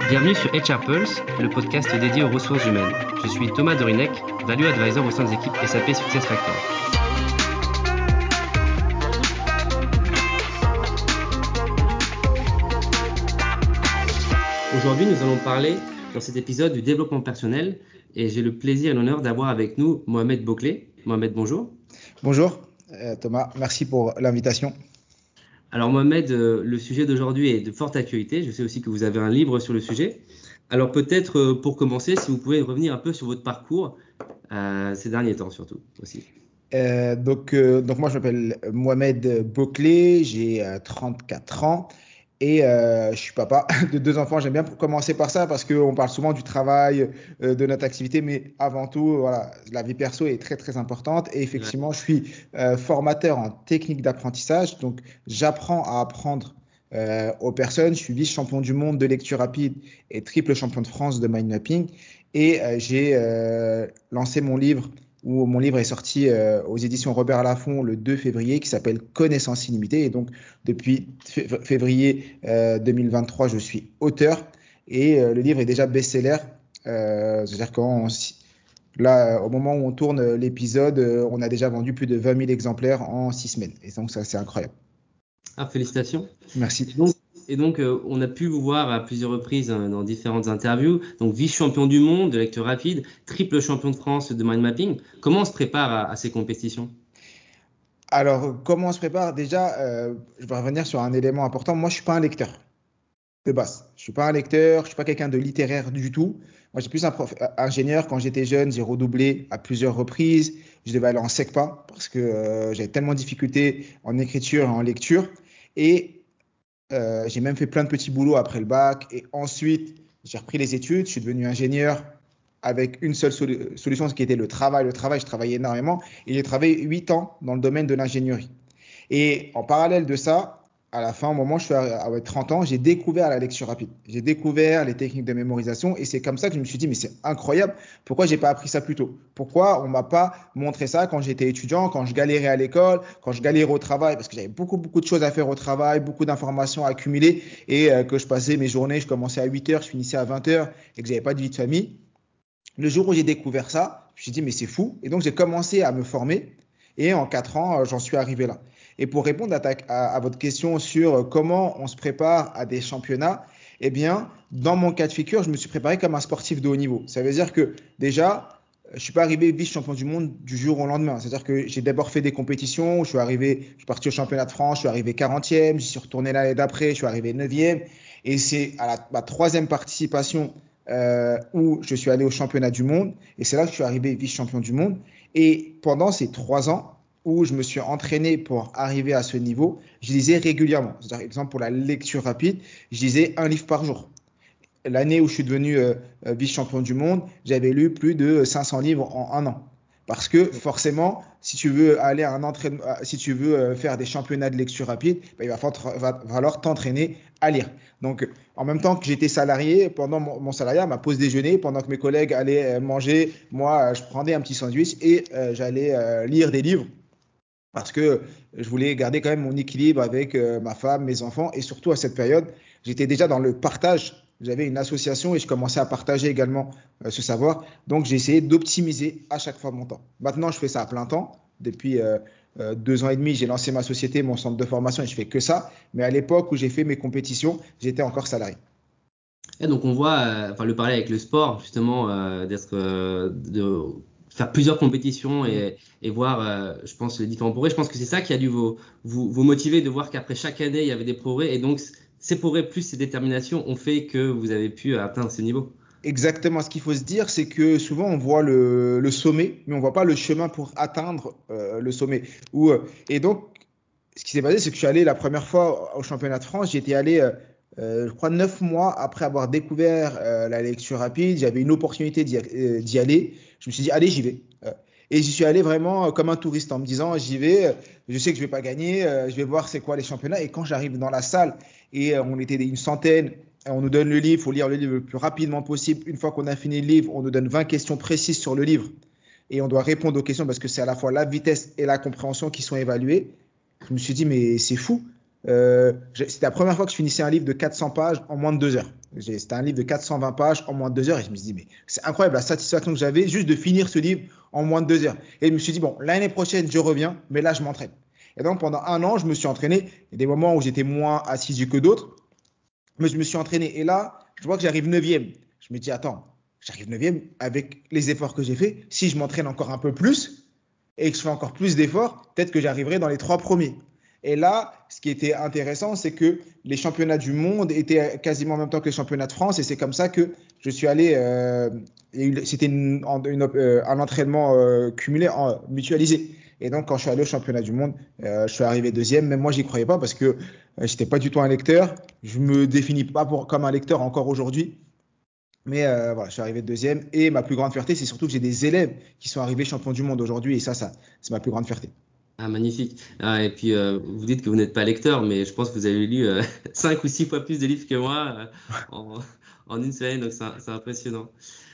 Bienvenue sur HR Pulse, le podcast dédié aux ressources humaines. Je suis Thomas Dorinec, Value Advisor au sein des équipes SAP SuccessFactors. Aujourd'hui, nous allons parler dans cet épisode du développement personnel et j'ai le plaisir et l'honneur d'avoir avec nous Mohamed Boclé. Mohamed, bonjour. Bonjour Thomas, merci pour l'invitation. Alors Mohamed, le sujet d'aujourd'hui est de forte actualité. Je sais aussi que vous avez un livre sur le sujet. Alors peut-être pour commencer, si vous pouvez revenir un peu sur votre parcours ces derniers temps surtout aussi. Donc moi je m'appelle Mohamed Boclé, j'ai 34 ans et je suis papa de 2 enfants. J'aime bien commencer par ça parce qu'on parle souvent du travail, de notre activité, mais avant tout, voilà, la vie perso est très très importante. Et effectivement, je suis formateur en technique d'apprentissage, donc j'apprends à apprendre aux personnes. Je suis vice-champion du monde de lecture rapide et triple champion de France de mind mapping. Et j'ai lancé mon livre où mon livre est sorti aux éditions Robert Laffont le 2 février, qui s'appelle Connaissance illimitée. Et donc, depuis février 2023, je suis auteur et le livre est déjà best-seller. C'est-à-dire là, au moment où on tourne l'épisode, on a déjà vendu plus de 20 000 exemplaires en 6 semaines. Et donc, ça, c'est incroyable. Ah, félicitations. Merci. Et donc, on a pu vous voir à plusieurs reprises dans différentes interviews. Donc, vice-champion du monde de lecture rapide, triple champion de France de mind mapping. Comment on se prépare à ces compétitions? Alors, comment on se prépare? Déjà, je vais revenir sur un élément important. Moi, je ne suis pas un lecteur de base. Je ne suis pas un lecteur, je ne suis pas quelqu'un de littéraire du tout. Moi, j'ai plus un ingénieur. Quand j'étais jeune, j'ai redoublé à plusieurs reprises. Je devais aller en SECPA parce que j'avais tellement de difficultés en écriture et en lecture. Et j'ai même fait plein de petits boulots après le bac. Et ensuite, j'ai repris les études. Je suis devenu ingénieur avec une seule solution, ce qui était le travail. Le travail, je travaillais énormément. Et j'ai travaillé 8 ans dans le domaine de l'ingénierie. Et en parallèle de ça, à la fin, au moment où je suis à 30 ans, j'ai découvert la lecture rapide. J'ai découvert les techniques de mémorisation et c'est comme ça que je me suis dit, mais c'est incroyable, pourquoi j'ai pas appris ça plus tôt? Pourquoi on m'a pas montré ça quand j'étais étudiant, quand je galérais à l'école, quand je galérais au travail, parce que j'avais beaucoup, beaucoup de choses à faire au travail, beaucoup d'informations à accumuler et que je passais mes journées, je commençais à 8 heures, je finissais à 20 heures et que j'avais pas de vie de famille. Le jour où j'ai découvert ça, je me suis dit, mais c'est fou. Et donc, j'ai commencé à me former. Et en 4 ans, j'en suis arrivé là. Et pour répondre à votre question sur comment on se prépare à des championnats, eh bien, dans mon cas de figure, je me suis préparé comme un sportif de haut niveau. Ça veut dire que déjà, je ne suis pas arrivé vice-champion du monde du jour au lendemain. C'est-à-dire que j'ai d'abord fait des compétitions. Je suis parti au championnat de France, je suis arrivé 40e, j'y suis retourné l'année d'après, je suis arrivé 9e. Et c'est à ma troisième participation où je suis allé au championnat du monde et c'est là que je suis arrivé vice-champion du monde. Et pendant ces 3 ans où je me suis entraîné pour arriver à ce niveau, je lisais régulièrement. C'est-à-dire, par exemple, pour la lecture rapide, je lisais un livre par jour. L'année où je suis devenu vice-champion du monde, j'avais lu plus de 500 livres en un an. Parce que forcément, si tu veux aller à un entraînement, si tu veux faire des championnats de lecture rapide, bah, il va falloir t'entraîner à lire. Donc, en même temps que j'étais salarié, pendant mon salariat, ma pause déjeuner, pendant que mes collègues allaient manger, moi, je prenais un petit sandwich et j'allais lire des livres parce que je voulais garder quand même mon équilibre avec ma femme, mes enfants et surtout à cette période, j'étais déjà dans le partage. J'avais une association et je commençais à partager également ce savoir. Donc, j'ai essayé d'optimiser à chaque fois mon temps. Maintenant, je fais ça à plein temps. Depuis 2 ans et demi, j'ai lancé ma société, mon centre de formation et je fais que ça. Mais à l'époque où j'ai fait mes compétitions, j'étais encore salarié. Et donc on voit, le parallèle avec le sport, justement, de faire plusieurs compétitions et voir, je pense, les différents progrès. Je pense que c'est ça qui a dû vous motiver de voir qu'après chaque année, il y avait des progrès. Et donc, ces progrès plus ces déterminations ont fait que vous avez pu atteindre ce niveau. Exactement. Ce qu'il faut se dire, c'est que souvent on voit le sommet, mais on voit pas le chemin pour atteindre le sommet. Et donc, ce qui s'est passé, c'est que je suis allé la première fois au championnat de France. J'y étais allé, je crois, 9 mois après avoir découvert la lecture rapide. J'avais une opportunité d'y aller. Je me suis dit, allez, j'y vais. Et j'y suis allé vraiment comme un touriste en me disant, j'y vais, je sais que je vais pas gagner, je vais voir c'est quoi les championnats. Et quand j'arrive dans la salle et on était une centaine, on nous donne le livre, il faut lire le livre le plus rapidement possible. Une fois qu'on a fini le livre, on nous donne 20 questions précises sur le livre et on doit répondre aux questions parce que c'est à la fois la vitesse et la compréhension qui sont évaluées. Je me suis dit, mais c'est fou. C'était la première fois que je finissais un livre de 400 pages en moins de 2 heures. C'était un livre de 420 pages en moins de 2 heures et je me suis dit, mais c'est incroyable la satisfaction que j'avais juste de finir ce livre en moins de 2 heures. Et je me suis dit, bon, l'année prochaine, je reviens, mais là, je m'entraîne. Et donc, pendant un an, je me suis entraîné. Il y a des moments où j'étais moins assidu que d'autres, mais je me suis entraîné. Et là, je vois que j'arrive 9e. Je me dis, attends, j'arrive 9e avec les efforts que j'ai faits. Si je m'entraîne encore un peu plus et que je fais encore plus d'efforts, peut-être que j'arriverai dans les 3 premiers. Et là, ce qui était intéressant, c'est que les championnats du monde étaient quasiment en même temps que les championnats de France. Et c'est comme ça que je suis allé. C'était un entraînement cumulé, mutualisé. Et donc, quand je suis allé au championnat du monde, je suis arrivé 2e. Même moi, j'y croyais pas parce que je n'étais pas du tout un lecteur. Je me définis pas comme un lecteur encore aujourd'hui. Mais voilà, je suis arrivé 2e. Et ma plus grande fierté, c'est surtout que j'ai des élèves qui sont arrivés champions du monde aujourd'hui. Et ça, c'est ma plus grande fierté. Ah, magnifique. Ah, et puis, vous dites que vous n'êtes pas lecteur, mais je pense que vous avez lu 5 ou 6 fois plus de livres que moi en, en une semaine, donc c'est impressionnant.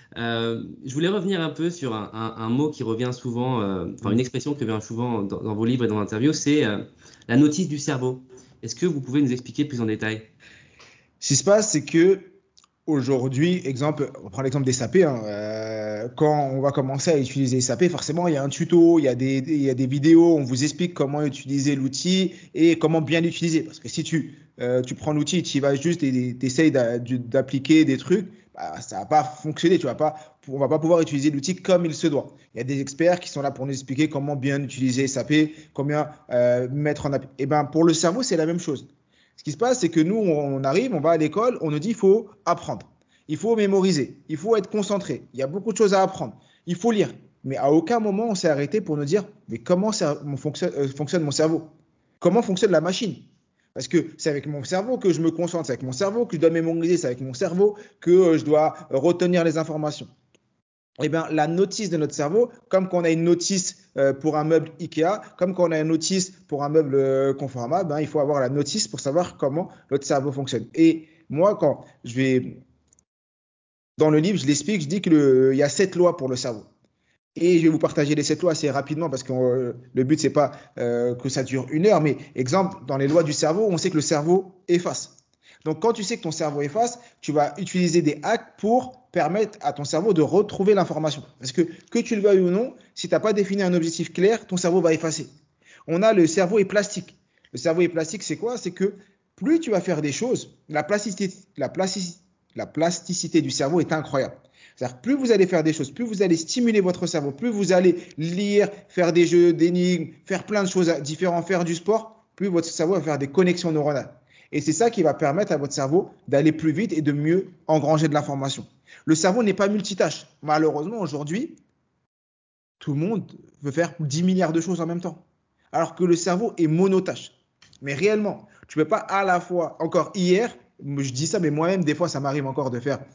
Je voulais revenir un peu sur un mot qui revient souvent, enfin une expression qui revient souvent dans vos livres et dans l'interview, c'est la notice du cerveau. Est-ce que vous pouvez nous expliquer plus en détail? Ce qui se passe, c'est que aujourd'hui, exemple, on prend l'exemple des SAP, hein, quand on va commencer à utiliser SAP, forcément, il y a un tuto, il y a des vidéos, on vous explique comment utiliser l'outil et comment bien l'utiliser. Parce que si tu prends l'outil, tu y vas juste et tu essayes d'appliquer des trucs, bah, ça va pas fonctionner. On va pas pouvoir utiliser l'outil comme il se doit. Il y a des experts qui sont là pour nous expliquer comment bien utiliser SAP, combien mettre en application. Et ben, pour le cerveau, c'est la même chose. Ce qui se passe, c'est que nous, on arrive, on va à l'école, on nous dit il faut apprendre, il faut mémoriser, il faut être concentré, il y a beaucoup de choses à apprendre, il faut lire. Mais à aucun moment on s'est arrêté pour nous dire mais comment fonctionne mon cerveau? Comment fonctionne la machine? Parce que c'est avec mon cerveau que je me concentre, c'est avec mon cerveau que je dois mémoriser, c'est avec mon cerveau que je dois retenir les informations. Eh bien, la notice de notre cerveau, comme quand on a une notice pour un meuble Ikea, comme quand on a une notice pour un meuble Conforama, ben, il faut avoir la notice pour savoir comment notre cerveau fonctionne. Et moi, quand je vais dans le livre, je l'explique, je dis qu'il y a 7 lois pour le cerveau. Et je vais vous partager les 7 lois assez rapidement parce que le but, c'est pas que ça dure 1 heure. Mais exemple, dans les lois du cerveau, on sait que le cerveau efface. Donc, quand tu sais que ton cerveau efface, tu vas utiliser des hacks pour permettre à ton cerveau de retrouver l'information. Parce que tu le veuilles ou non, si tu n'as pas défini un objectif clair, ton cerveau va effacer. On a le cerveau est plastique. Le cerveau est plastique, c'est quoi? C'est que plus tu vas faire des choses, la plasticité du cerveau est incroyable. C'est-à-dire, plus vous allez faire des choses, plus vous allez stimuler votre cerveau, plus vous allez lire, faire des jeux, d'énigmes, faire plein de choses différentes, faire du sport, plus votre cerveau va faire des connexions neuronales. Et c'est ça qui va permettre à votre cerveau d'aller plus vite et de mieux engranger de l'information. Le cerveau n'est pas multitâche. Malheureusement, aujourd'hui, tout le monde veut faire 10 milliards de choses en même temps. Alors que le cerveau est monotâche. Mais réellement, tu ne peux pas à la fois, encore hier, je dis ça, mais moi-même, des fois, ça m'arrive encore de faire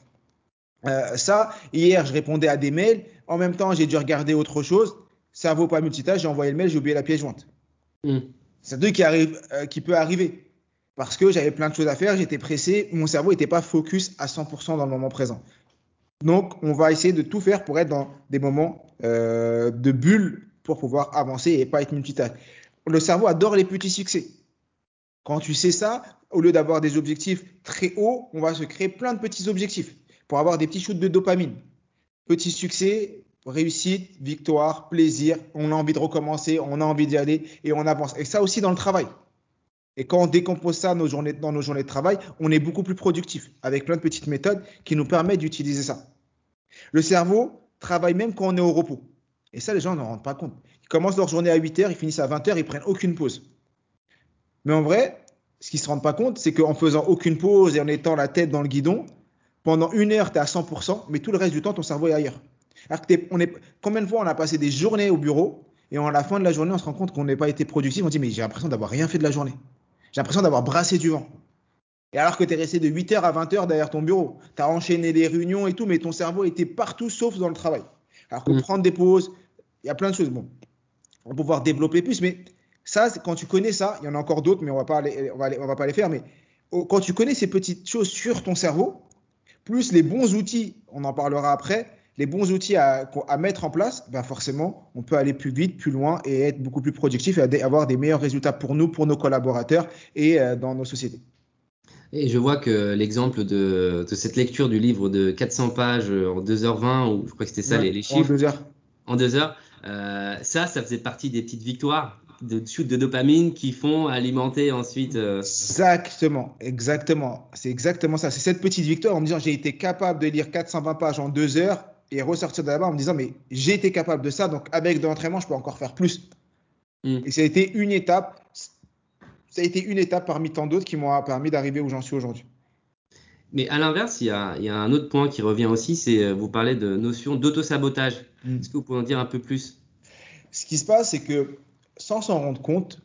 ça. Hier, je répondais à des mails. En même temps, j'ai dû regarder autre chose. Cerveau pas multitâche, j'ai envoyé le mail, j'ai oublié la pièce jointe. Hmm. C'est un truc qui peut arriver. Parce que j'avais plein de choses à faire, j'étais pressé, mon cerveau n'était pas focus à 100% dans le moment présent. Donc, on va essayer de tout faire pour être dans des moments de bulle pour pouvoir avancer et pas être multitâche. Le cerveau adore les petits succès. Quand tu sais ça, au lieu d'avoir des objectifs très hauts, on va se créer plein de petits objectifs pour avoir des petits shoots de dopamine. Petit succès, réussite, victoire, plaisir, on a envie de recommencer, on a envie d'y aller et on avance. Et ça aussi dans le travail. Et quand on décompose ça dans nos journées de travail, on est beaucoup plus productif avec plein de petites méthodes qui nous permettent d'utiliser ça. Le cerveau travaille même quand on est au repos. Et ça, les gens ne rendent pas compte. Ils commencent leur journée à 8 heures, ils finissent à 20 heures, ils prennent aucune pause. Mais en vrai, ce qu'ils ne se rendent pas compte, c'est qu'en faisant aucune pause et en étant la tête dans le guidon, pendant 1 heure, tu es à 100%, mais tout le reste du temps, ton cerveau est ailleurs. Alors que combien de fois on a passé des journées au bureau et à la fin de la journée, on se rend compte qu'on n'a pas été productif, on dit mais j'ai l'impression d'avoir rien fait de la journée. J'ai l'impression d'avoir brassé du vent. Et alors que tu es resté de 8 heures à 20 heures derrière ton bureau, tu as enchaîné les réunions et tout, mais ton cerveau était partout sauf dans le travail. Alors que Hmm. prendre des pauses, il y a plein de choses. Bon, on va pouvoir développer plus, mais ça, quand tu connais ça, il y en a encore d'autres, mais on va pas les faire. Mais quand tu connais ces petites choses sur ton cerveau, plus les bons outils, on en parlera après, les bons outils à mettre en place, ben forcément, on peut aller plus vite, plus loin et être beaucoup plus productif et avoir des meilleurs résultats pour nous, pour nos collaborateurs et dans nos sociétés. Et je vois que l'exemple de cette lecture du livre de 400 pages en 2h20, ou je crois que c'était ça Ouais, les en chiffres, 2 heures. en 2 heures, ça faisait partie des petites victoires de shoot de dopamine qui font alimenter ensuite. Exactement, exactement. C'est exactement ça. C'est cette petite victoire en me disant j'ai été capable de lire 420 pages en 2 heures et ressortir de là-bas en me disant mais j'ai été capable de ça, donc avec de l'entraînement, je peux encore faire plus. Et Hmm. ça a été une étape parmi tant d'autres qui m'ont permis d'arriver où j'en suis aujourd'hui. Mais à l'inverse, il y a un autre point qui revient aussi, c'est vous parlez de notion d'auto-sabotage. Est-ce que vous pouvez en dire un peu plus? Ce qui se passe, c'est que sans s'en rendre compte,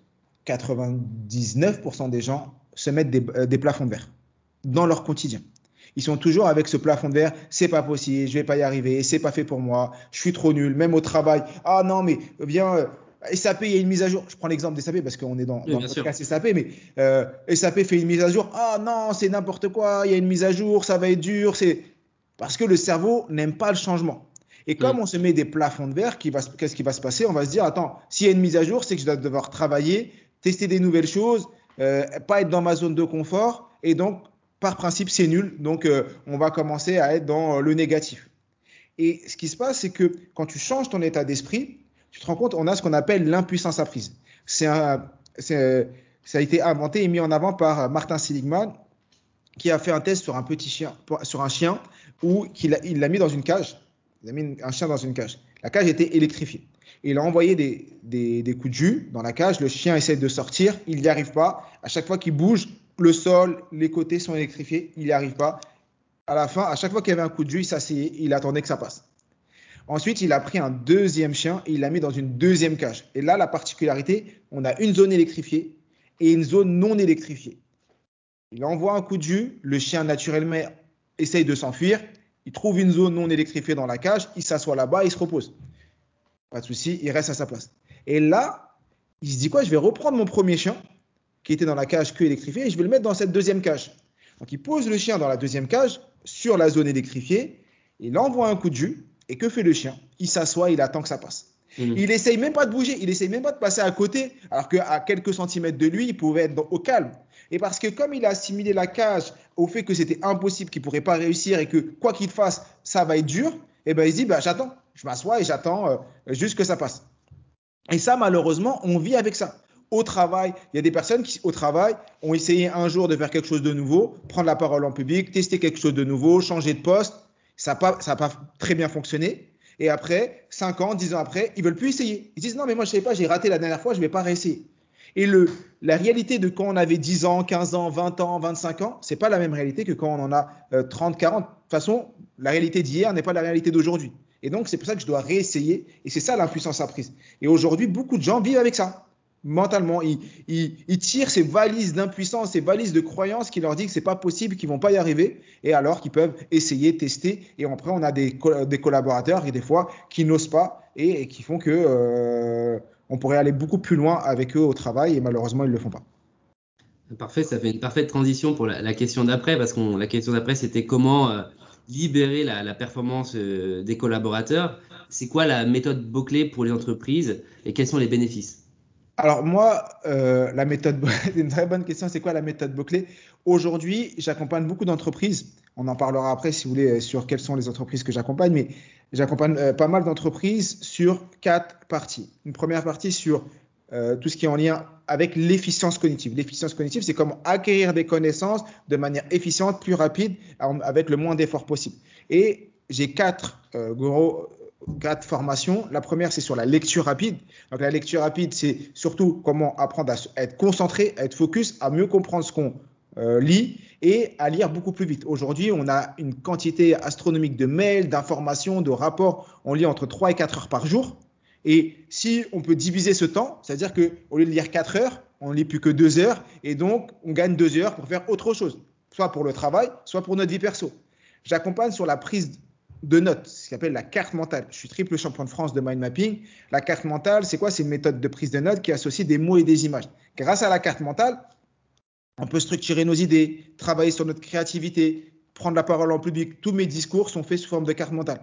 99% des gens se mettent des plafonds de verre dans leur quotidien. Ils sont toujours avec ce plafond de verre, c'est pas possible, je vais pas y arriver, c'est pas fait pour moi, je suis trop nul, même au travail. Ah non, mais viens, SAP, il y a une mise à jour. Je prends l'exemple d'SAP parce qu'on est Oui, dans le bien sûr. podcast SAP, mais SAP fait une mise à jour. Ah non, c'est n'importe quoi, il y a une mise à jour, ça va être dur. C'est parce que le cerveau n'aime pas le changement. Et comme on Hmm. se met des plafonds de verre, qu'est-ce qui va se passer? On va se dire, attends, s'il y a une mise à jour, c'est que je dois devoir travailler, tester des nouvelles choses, pas être dans ma zone de confort. Et donc, par principe, c'est nul. Donc, on va commencer à être dans le négatif. Et ce qui se passe, c'est que quand tu changes ton état d'esprit, tu te rends compte, on a ce qu'on appelle l'impuissance apprise. Ça a été inventé et mis en avant par Martin Seligman, qui a fait un test sur un petit chien, sur un chien, où il l'a mis dans une cage. Il a mis un chien dans une cage. La cage était électrifiée. Et il a envoyé des coups de jus dans la cage. Le chien essaie de sortir. Il n'y arrive pas. À chaque fois qu'il bouge, le sol, les côtés sont électrifiés. Il n'y arrive pas. À la fin, à chaque fois qu'il y avait un coup de jus, il s'asseyait. Il attendait que ça passe. Ensuite, il a pris un deuxième chien et il l'a mis dans une deuxième cage. Et là, la particularité, on a une zone électrifiée et une zone non électrifiée. Il envoie un coup de jus, le chien naturellement essaye de s'enfuir, il trouve une zone non électrifiée dans la cage, il s'assoit là-bas, il se repose. Pas de souci, il reste à sa place. Et là, il se dit quoi? Je vais reprendre mon premier chien qui était dans la cage que électrifiée et je vais le mettre dans cette deuxième cage. Donc il pose le chien dans la deuxième cage sur la zone électrifiée, il envoie un coup de jus et que fait le chien? Il s'assoit, il attend que ça passe. Hmm. Il essaye même pas de bouger, il essaye même pas de passer à côté, alors qu'à quelques centimètres de lui, il pouvait être au calme. Et parce que comme il a assimilé la cage au fait que c'était impossible, qu'il ne pourrait pas réussir et que quoi qu'il fasse, ça va être dur, et ben il se dit, bah, j'attends, je m'assois et j'attends juste que ça passe. Et ça, malheureusement, on vit avec ça. Au travail, il y a des personnes qui, au travail, ont essayé un jour de faire quelque chose de nouveau, prendre la parole en public, tester quelque chose de nouveau, changer de poste. Ça n'a pas très bien fonctionné. Et après, 5 ans, 10 ans après, ils veulent plus essayer. Ils disent non, mais moi, je ne sais pas, j'ai raté la dernière fois, je ne vais pas réessayer. Et la réalité de quand on avait 10 ans, 15 ans, 20 ans, 25 ans, c'est pas la même réalité que quand on en a 30, 40. De toute façon, la réalité d'hier n'est pas la réalité d'aujourd'hui. Et donc, c'est pour ça que je dois réessayer. Et c'est ça l'impuissance apprise. Et aujourd'hui, beaucoup de gens vivent avec ça. Mentalement, ils tirent ces valises d'impuissance, ces valises de croyances qui leur disent que c'est pas possible, qu'ils vont pas y arriver, et alors qu'ils peuvent essayer, tester. Et après, on a des collaborateurs et des fois qui n'osent pas et qui font que on pourrait aller beaucoup plus loin avec eux au travail, et malheureusement, ils le font pas. Parfait, ça fait une parfaite transition pour la question d'après, parce que la question d'après, c'était comment libérer la performance des collaborateurs. C'est quoi la méthode Boclé pour les entreprises et quels sont les bénéfices? Alors moi, la méthode, c'est une très bonne question. C'est quoi la méthode Boclé? Aujourd'hui, j'accompagne beaucoup d'entreprises. On en parlera après, si vous voulez, sur quelles sont les entreprises que j'accompagne. Mais j'accompagne pas mal d'entreprises sur 4 parties. Une première partie sur tout ce qui est en lien avec l'efficience cognitive. L'efficience cognitive, c'est comment acquérir des connaissances de manière efficiente, plus rapide, avec le moins d'efforts possible. Et j'ai 4 formations. La première, c'est sur la lecture rapide. Donc, la lecture rapide, c'est surtout comment apprendre à être concentré, à être focus, à mieux comprendre ce qu'on lit et à lire beaucoup plus vite. Aujourd'hui, on a une quantité astronomique de mails, d'informations, de rapports. On lit entre 3 et 4 heures par jour. Et si on peut diviser ce temps, c'est-à-dire qu'au lieu de lire 4 heures, on ne lit plus que 2 heures. Et donc, on gagne 2 heures pour faire autre chose, soit pour le travail, soit pour notre vie perso. J'accompagne sur la prise de notes, ce qu'on appelle la carte mentale. Je suis triple champion de France de mind mapping. La carte mentale, c'est quoi? C'est une méthode de prise de notes qui associe des mots et des images. Grâce à la carte mentale, on peut structurer nos idées, travailler sur notre créativité, prendre la parole en public. Tous mes discours sont faits sous forme de carte mentale.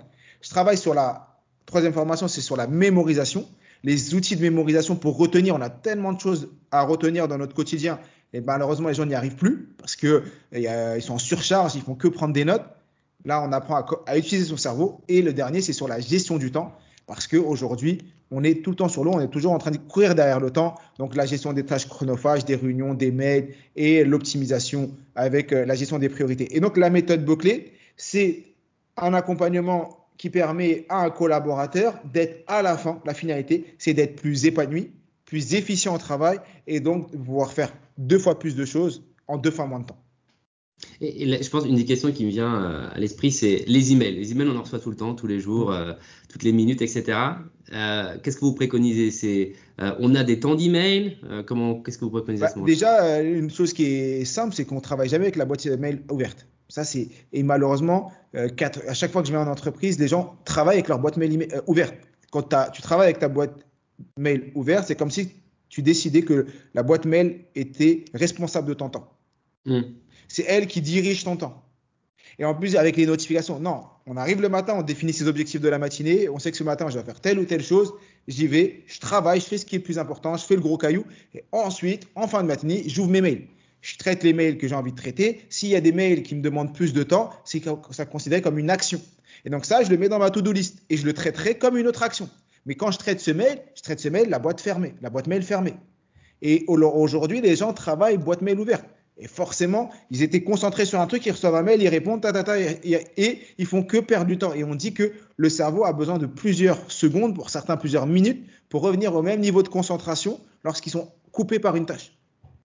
Je travaille sur la troisième formation, c'est sur la mémorisation. Les outils de mémorisation pour retenir, on a tellement de choses à retenir dans notre quotidien et malheureusement les gens n'y arrivent plus parce qu'ils sont en surcharge, ils font que prendre des notes. Là, on apprend à utiliser son cerveau. Et le dernier, c'est sur la gestion du temps parce qu'aujourd'hui, on est tout le temps sur l'eau, on est toujours en train de courir derrière le temps. Donc, la gestion des tâches chronophages, des réunions, des mails et l'optimisation avec la gestion des priorités. Et donc, la méthode Boclé, c'est un accompagnement qui permet à un collaborateur d'être à la fin, la finalité, c'est d'être plus épanoui, plus efficient au travail et donc de pouvoir faire 2 fois plus de choses en 2 fois moins de temps. Et là, je pense une des questions qui me vient à l'esprit, c'est les emails. Les emails, on en reçoit tout le temps, tous les jours, toutes les minutes, etc. Qu'est-ce que vous préconisez? On a des temps d'email. Qu'est-ce que vous préconisez à ce moment-là? Déjà, une chose qui est simple, c'est qu'on ne travaille jamais avec la boîte mail ouverte. Et malheureusement, à chaque fois que je vais en entreprise, les gens travaillent avec leur boîte mail ouverte. Quand tu travailles avec ta boîte mail ouverte, c'est comme si tu décidais que la boîte mail était responsable de ton temps. C'est elle qui dirige ton temps. Et en plus, avec les notifications, non, on arrive le matin, on définit ses objectifs de la matinée, on sait que ce matin, je vais faire telle ou telle chose, j'y vais, je travaille, je fais ce qui est le plus important, je fais le gros caillou, et ensuite, en fin de matinée, j'ouvre mes mails. Je traite les mails que j'ai envie de traiter. S'il y a des mails qui me demandent plus de temps, c'est ça considéré comme une action. Et donc ça, je le mets dans ma to-do list et je le traiterai comme une autre action. Mais quand je traite ce mail, la boîte fermée, la boîte mail fermée. Et aujourd'hui, les gens travaillent boîte mail ouverte. Et forcément, ils étaient concentrés sur un truc, ils reçoivent un mail, ils répondent, et ils font que perdre du temps. Et on dit que le cerveau a besoin de plusieurs secondes, pour certains plusieurs minutes, pour revenir au même niveau de concentration lorsqu'ils sont coupés par une tâche.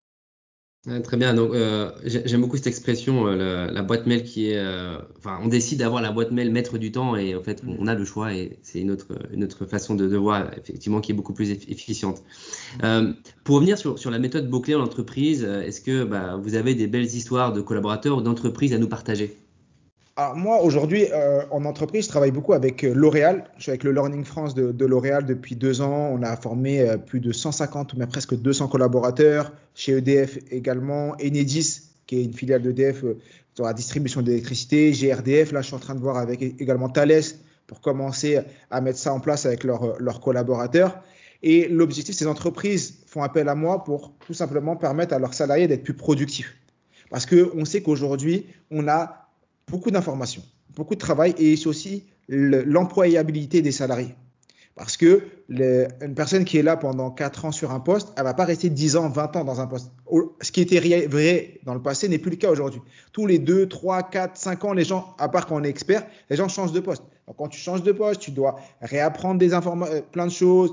Très bien. Donc, j'aime beaucoup cette expression, la boîte mail qui est. Enfin, on décide d'avoir la boîte mail maître du temps et en fait, on a le choix et c'est une autre façon de voir effectivement qui est beaucoup plus efficiente. Pour revenir sur la méthode Boclé en entreprise, est-ce que vous avez des belles histoires de collaborateurs ou d'entreprises à nous partager? Alors moi, aujourd'hui, en entreprise, je travaille beaucoup avec L'Oréal. Je suis avec le Learning France de L'Oréal depuis 2 ans. On a formé plus de 150 ou même presque 200 collaborateurs. Chez EDF également. Enedis, qui est une filiale d'EDF sur la distribution d'électricité. GRDF, là, je suis en train de voir avec également Thales pour commencer à mettre ça en place avec leurs collaborateurs. Et l'objectif, ces entreprises font appel à moi pour tout simplement permettre à leurs salariés d'être plus productifs. Parce qu'on sait qu'aujourd'hui, on a beaucoup d'informations, beaucoup de travail et c'est aussi l'employabilité des salariés. Parce que une personne qui est là pendant 4 ans sur un poste, elle ne va pas rester 10 ans, 20 ans dans un poste. Ce qui était vrai dans le passé n'est plus le cas aujourd'hui. Tous les 2, 3, 4, 5 ans, les gens, à part quand on est expert, les gens changent de poste. Donc, quand tu changes de poste, tu dois réapprendre plein de choses.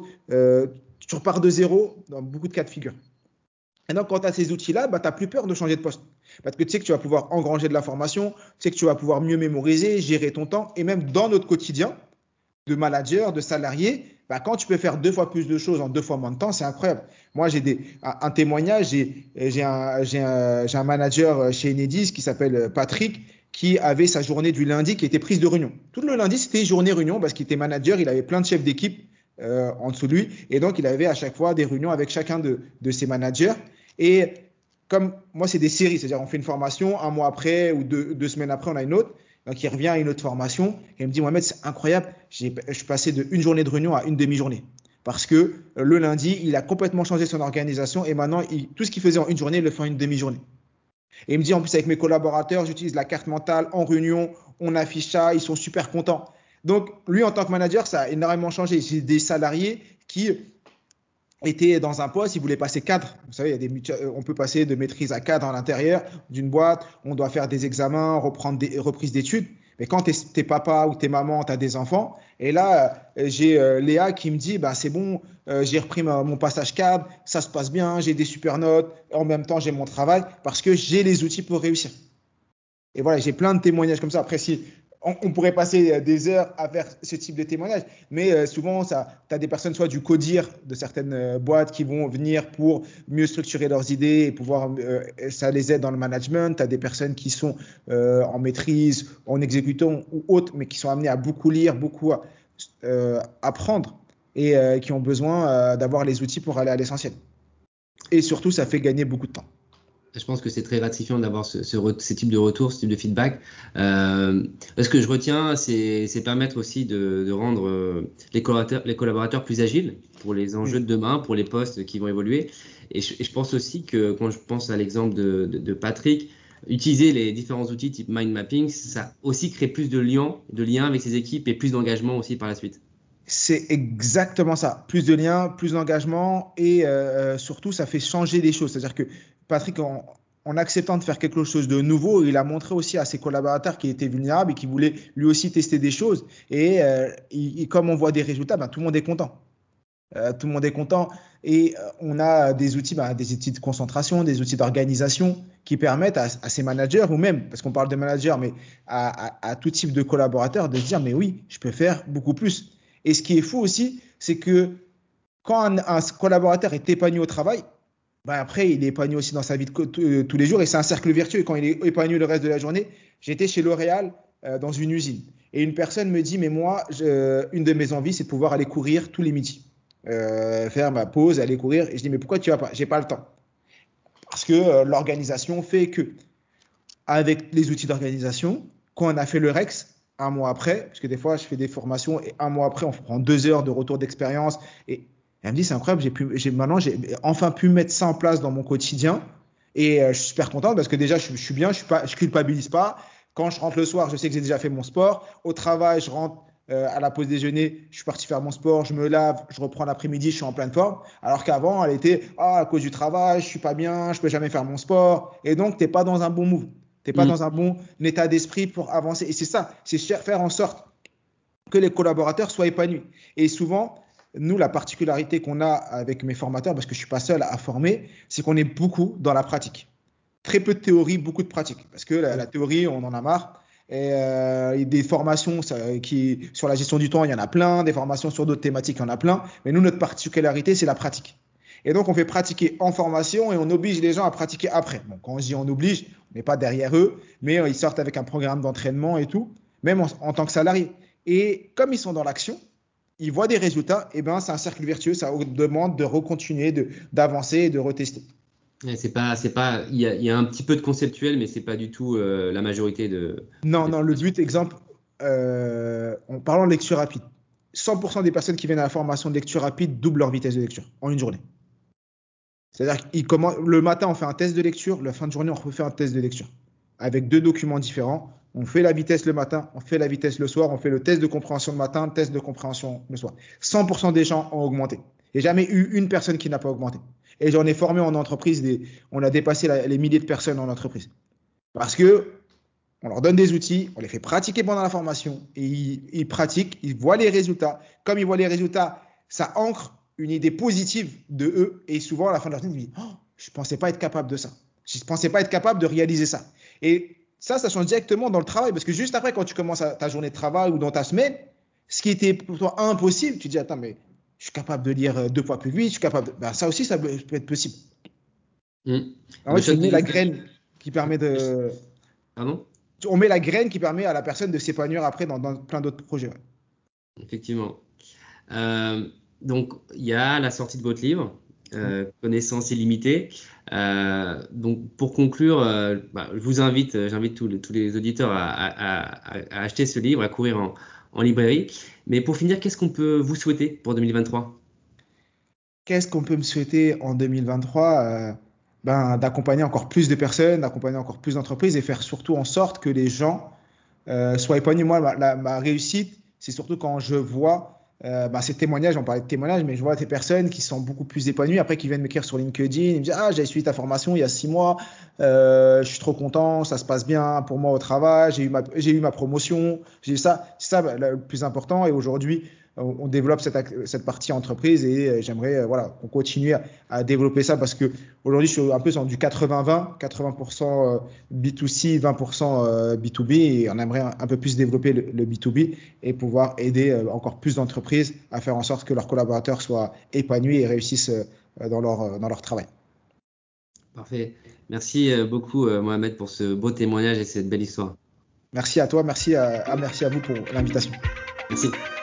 Tu repars de zéro dans beaucoup de cas de figure. Et donc, quand tu as ces outils-là, tu n'as plus peur de changer de poste. Parce que tu sais que tu vas pouvoir engranger de l'information, tu sais que tu vas pouvoir mieux mémoriser, gérer ton temps. Et même dans notre quotidien de manager, de salarié, quand tu peux faire 2 fois plus de choses en 2 fois moins de temps, c'est incroyable. Moi, j'ai un témoignage, j'ai un manager chez Enedis qui s'appelle Patrick, qui avait sa journée du lundi qui était prise de réunion. Tout le lundi, c'était journée réunion parce qu'il était manager, il avait plein de chefs d'équipe en dessous de lui. Et donc, il avait à chaque fois des réunions avec chacun de ses managers. Et comme moi, c'est des séries, c'est-à-dire on fait une formation, un mois après ou 2 semaines après, on a une autre. Donc, il revient à une autre formation et il me dit, Mohamed, c'est incroyable, je suis passé d'une journée de réunion à une demi-journée. Parce que le lundi, il a complètement changé son organisation et maintenant, tout ce qu'il faisait en une journée, il le fait en une demi-journée. Et il me dit, en plus, avec mes collaborateurs, j'utilise la carte mentale en réunion, on affiche ça, ils sont super contents. Donc, lui, en tant que manager, ça a énormément changé. J'ai des salariés qui était dans un poste, il voulait passer cadre. Vous savez, on peut passer de maîtrise à cadre à l'intérieur d'une boîte, on doit faire des examens, reprendre des reprises d'études. Mais quand t'es papa ou t'es maman, t'as des enfants. Et là, j'ai Léa qui me dit, c'est bon, j'ai repris mon passage cadre, ça se passe bien, j'ai des super notes, en même temps j'ai mon travail, parce que j'ai les outils pour réussir. Et voilà, j'ai plein de témoignages comme ça. Après, si on pourrait passer des heures à faire ce type de témoignages, mais souvent, tu as des personnes, soit du codir de certaines boîtes qui vont venir pour mieux structurer leurs idées et pouvoir, ça les aide dans le management. Tu as des personnes qui sont en maîtrise, en exécutant ou autres, mais qui sont amenées à beaucoup lire, beaucoup apprendre et qui ont besoin d'avoir les outils pour aller à l'essentiel. Et surtout, ça fait gagner beaucoup de temps. Je pense que c'est très gratifiant d'avoir ce type de retour, ce type de feedback. Ce que je retiens, c'est permettre aussi de rendre les collaborateurs plus agiles pour les enjeux de demain, pour les postes qui vont évoluer. Et je pense aussi que quand je pense à l'exemple de Patrick, utiliser les différents outils type mind mapping, ça aussi crée plus de liens avec ses équipes et plus d'engagement aussi par la suite. C'est exactement ça. Plus de liens, plus d'engagement et surtout, ça fait changer les choses. C'est-à-dire que Patrick, en acceptant de faire quelque chose de nouveau, il a montré aussi à ses collaborateurs qu'il était vulnérable et qu'il voulait lui aussi tester des choses. Et comme on voit des résultats, ben, tout le monde est content. Tout le monde est content. Et on a des outils de concentration, des outils d'organisation qui permettent à ces managers, ou même, parce qu'on parle de managers, mais à tout type de collaborateurs, de se dire, mais oui, je peux faire beaucoup plus. Et ce qui est fou aussi, c'est que quand un collaborateur est épanoui au travail, ben après, il est épanoui aussi dans sa vie de tous les jours, et c'est un cercle vertueux. Et quand il est épanoui le reste de la journée, j'étais chez L'Oréal dans une usine. Et une personne me dit, mais moi, une de mes envies, c'est de pouvoir aller courir tous les midis. Faire ma pause, aller courir. Et je dis, mais pourquoi tu vas pas? J'ai pas le temps. Parce que l'organisation fait que, avec les outils d'organisation, quand on a fait le REX, un mois après, parce que des fois, je fais des formations et un mois après, on prend 2 heures de retour d'expérience. Et elle me dit, c'est incroyable, maintenant, j'ai enfin pu mettre ça en place dans mon quotidien. Et je suis super contente parce que déjà, je suis bien, je culpabilise pas. Quand je rentre le soir, je sais que j'ai déjà fait mon sport. Au travail, je rentre à la pause déjeuner, je suis parti faire mon sport, je me lave, je reprends l'après-midi, je suis en pleine forme. Alors qu'avant, elle était, à cause du travail, je suis pas bien, je peux jamais faire mon sport. Et donc, t'es pas dans un bon move. T'es pas dans un bon état d'esprit pour avancer. Et c'est ça, c'est faire en sorte que les collaborateurs soient épanouis. Et souvent, nous, la particularité qu'on a avec mes formateurs, parce que je ne suis pas seul à former, c'est qu'on est beaucoup dans la pratique. Très peu de théorie, beaucoup de pratique. Parce que la théorie, on en a marre. Et des formations sur la gestion du temps, il y en a plein. Des formations sur d'autres thématiques, il y en a plein. Mais nous, notre particularité, c'est la pratique. Et donc, on fait pratiquer en formation et on oblige les gens à pratiquer après. Bon, quand on dit on oblige, on n'est pas derrière eux, mais ils sortent avec un programme d'entraînement et tout, même en tant que salarié. Et comme ils sont dans l'action, ils voient des résultats, et ben c'est un cercle vertueux, ça demande de recontinuer, d'avancer et de retester. Il y a un petit peu de conceptuel, mais c'est pas du tout la majorité Non, des non, le formations. but, exemple, en parlant de lecture rapide, 100% des personnes qui viennent à la formation de lecture rapide doublent leur vitesse de lecture en une journée. C'est-à-dire que le matin, on fait un test de lecture, la fin de journée, on refait un test de lecture avec 2 documents différents. On fait la vitesse le matin, on fait la vitesse le soir, on fait le test de compréhension le matin, le test de compréhension le soir. 100% des gens ont augmenté. Il n'y a jamais eu une personne qui n'a pas augmenté. Et j'en ai formé en entreprise, on a dépassé les milliers de personnes en entreprise. Parce que on leur donne des outils, on les fait pratiquer pendant la formation, et ils pratiquent, ils voient les résultats. Comme ils voient les résultats, ça ancre une idée positive de eux, et souvent à la fin de leur journée, ils disent, oh, je ne pensais pas être capable de ça. Je ne pensais pas être capable de réaliser ça. Et ça change directement dans le travail, parce que juste après, quand tu commences ta journée de travail ou dans ta semaine, ce qui était pour toi impossible, tu te dis, attends, mais je suis capable de lire 2 fois plus vite, je suis capable de... Ben, ça aussi, ça peut être possible. En fait, tu Méthode mets la de... graine qui permet de, Pardon? on met la graine qui permet à la personne de s'épanouir après dans plein d'autres projets. Ouais. Effectivement. Donc, il y a la sortie de votre livre, Connaissance illimitée. Donc, pour conclure, je vous invite, j'invite tous les auditeurs à acheter ce livre, à courir en librairie. Mais pour finir, qu'est-ce qu'on peut vous souhaiter pour 2023? Qu'est-ce qu'on peut me souhaiter en 2023? Ben, d'accompagner encore plus de personnes, d'accompagner encore plus d'entreprises et faire surtout en sorte que les gens soient épanouis. Moi, ma réussite, c'est surtout quand je vois ces témoignages, on parlait de témoignages, mais je vois des personnes qui sont beaucoup plus épanouies, après qui viennent m'écrire sur LinkedIn, ils me disent, ah, j'ai suivi ta formation il y a 6 mois, je suis trop content, ça se passe bien pour moi au travail, j'ai eu ma promotion, j'ai ça, c'est ça le plus important. Et aujourd'hui, on développe cette partie entreprise et j'aimerais voilà, qu'on continue à développer ça parce que aujourd'hui, je suis un peu sur du 80-20, 80% B2C, 20% B2B et on aimerait un peu plus développer le B2B et pouvoir aider encore plus d'entreprises à faire en sorte que leurs collaborateurs soient épanouis et réussissent dans leur travail. Parfait. Merci beaucoup, Mohamed, pour ce beau témoignage et cette belle histoire. Merci à toi, merci à vous pour l'invitation. Merci.